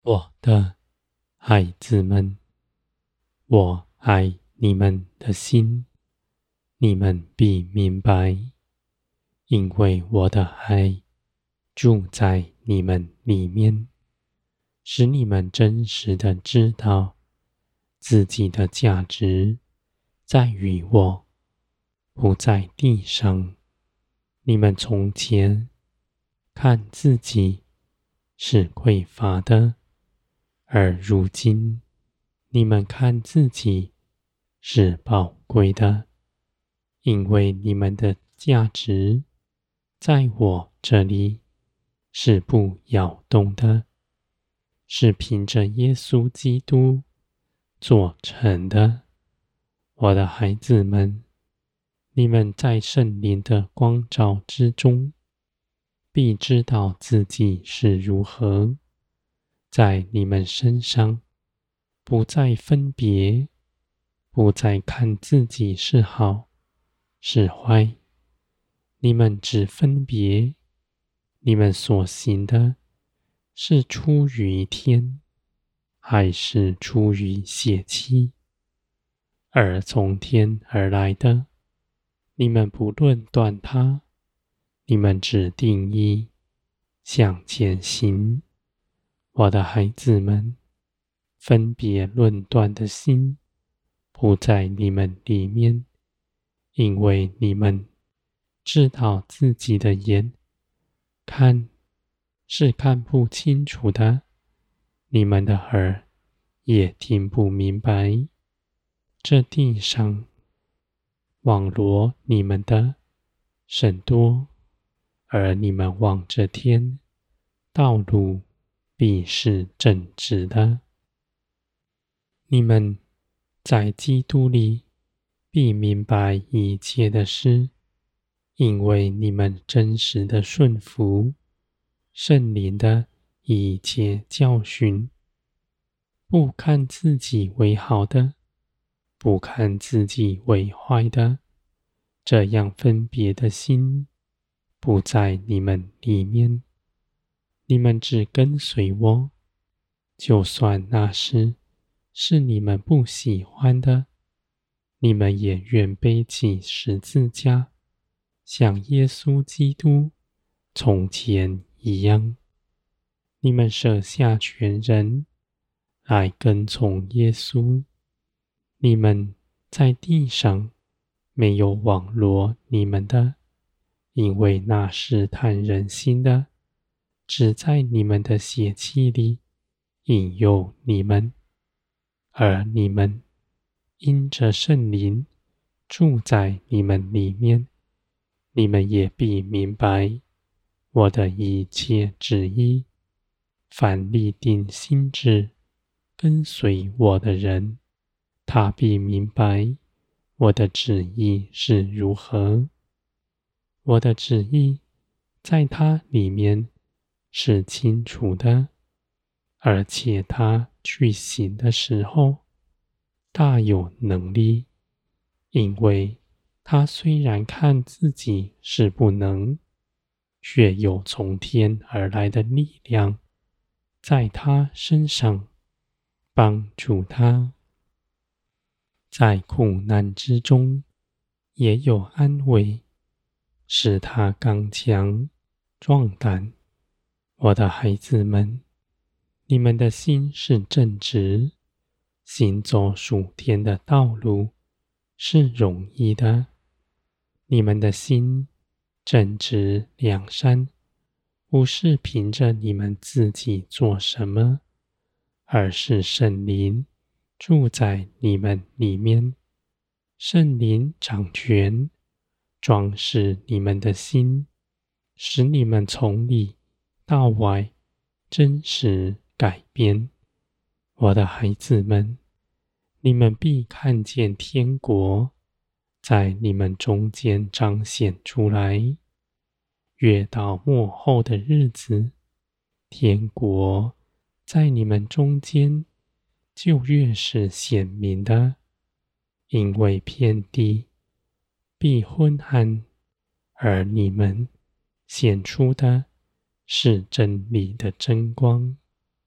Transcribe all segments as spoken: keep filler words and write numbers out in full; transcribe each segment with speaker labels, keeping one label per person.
Speaker 1: 我的孩子们，我爱你们的心，你们必明白，因为我的爱住在你们里面，使你们真实的知道自己的价值在于我，不在地上。你们从前看自己是匮乏的，而如今你们看自己是宝贵的，因为你们的价值在我这里是不摇动的，是凭着耶稣基督做成的。我的孩子们，你们在圣灵的光照之中，必知道自己是如何，在你们身上不再分别，不再看自己是好是坏，你们只分别你们所行的是出于天，还是出于血气。而从天而来的，你们不论断它，你们只定义向前行。我的孩子们，分别论断的心不在你们里面，因为你们知道自己的眼看是看不清楚的，你们的耳也听不明白。这地上网罗你们的甚多，而你们望着天，道路必是正直的。你们在基督里必明白一切的事，因为你们真实的顺服圣灵的一切教训，不看自己为好的，不看自己为坏的，这样分别的心不在你们里面。你们只跟随我，就算那事是你们不喜欢的，你们也愿背起十字架，像耶稣基督从前一样。你们舍下全人来跟从耶稣。你们在地上没有网罗你们的，因为那试探人心的，只在你们的血气里引诱你们。而你们因着圣灵住在你们里面，你们也必明白我的一切旨意。凡立定心志跟随我的人，他必明白我的旨意是如何。我的旨意在他里面是清楚的，而且他去行的时候大有能力，因为他虽然看自己是不能，却有从天而来的力量在他身上帮助他。在苦难之中也有安慰，使他刚强壮胆。我的孩子们，你们的心是正直，行走属天的道路是容易的。你们的心正直良善，不是凭着你们自己做什么，而是圣灵住在你们里面，圣灵掌权，装饰你们的心，使你们从里到外真实改变。我的孩子们，你们必看见天国在你们中间彰显出来。越到末后的日子，天国在你们中间就越是显明的，因为遍地必昏暗，而你们显出的是真理的真光。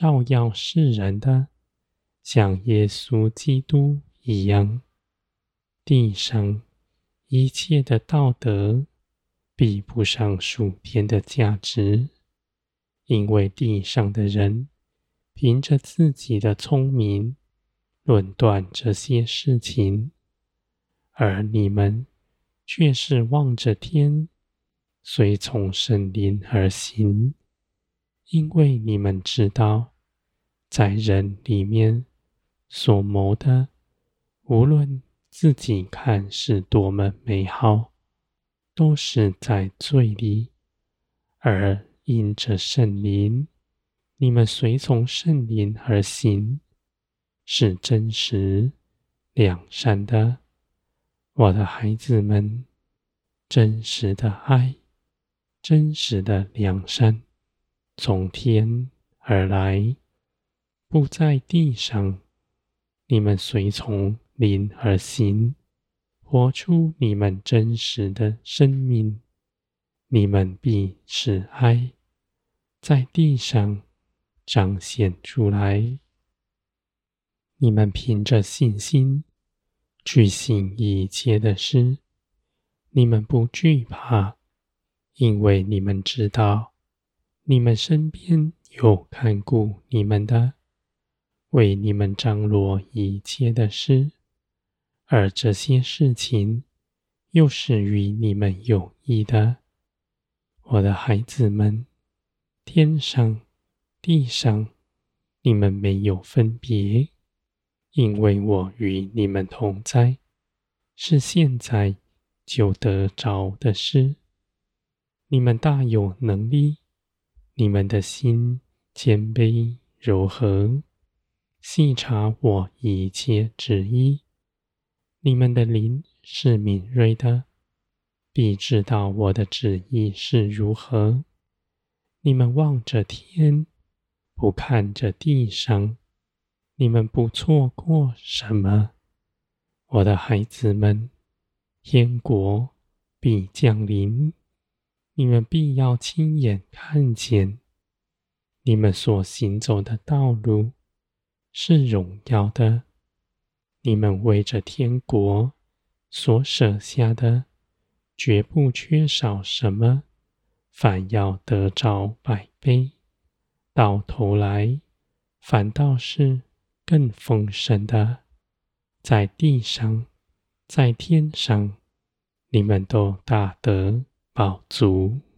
Speaker 1: 照耀世人的，像耶稣基督一样。地上一切的道德比不上属天的价值，因为地上的人凭着自己的聪明论断这些事情，而你们却是望着天，随从圣灵而行，因为你们知道，在人里面所谋的，无论自己看是多么美好，都是在罪里，而因着圣灵，你们随从圣灵而行，是真实良善的。我的孩子们，真实的爱，真实的良善，从天而来，不在地上。你们随从灵而行，活出你们真实的生命，你们必使爱在地上彰显出来。你们凭着信心去行一切的事，你们不惧怕，因为你们知道，你们身边有看顾你们的，为你们张罗一切的事，而这些事情又是与你们有益的。我的孩子们，天上、地上，你们没有分别，因为我与你们同在，是现在就得着的事。你们大有能力，你们的心谦卑柔和，细察我一切旨意，你们的灵是敏锐的，必知道我的旨意是如何。你们望着天，不看着地上，你们不错过什么。我的孩子们，天国必降临，你们必要亲眼看见。你们所行走的道路是荣耀的，你们为着天国所舍下的，绝不缺少什么，反要得着百倍，到头来反倒是更丰盛的。在地上，在天上，你们都大得饱足。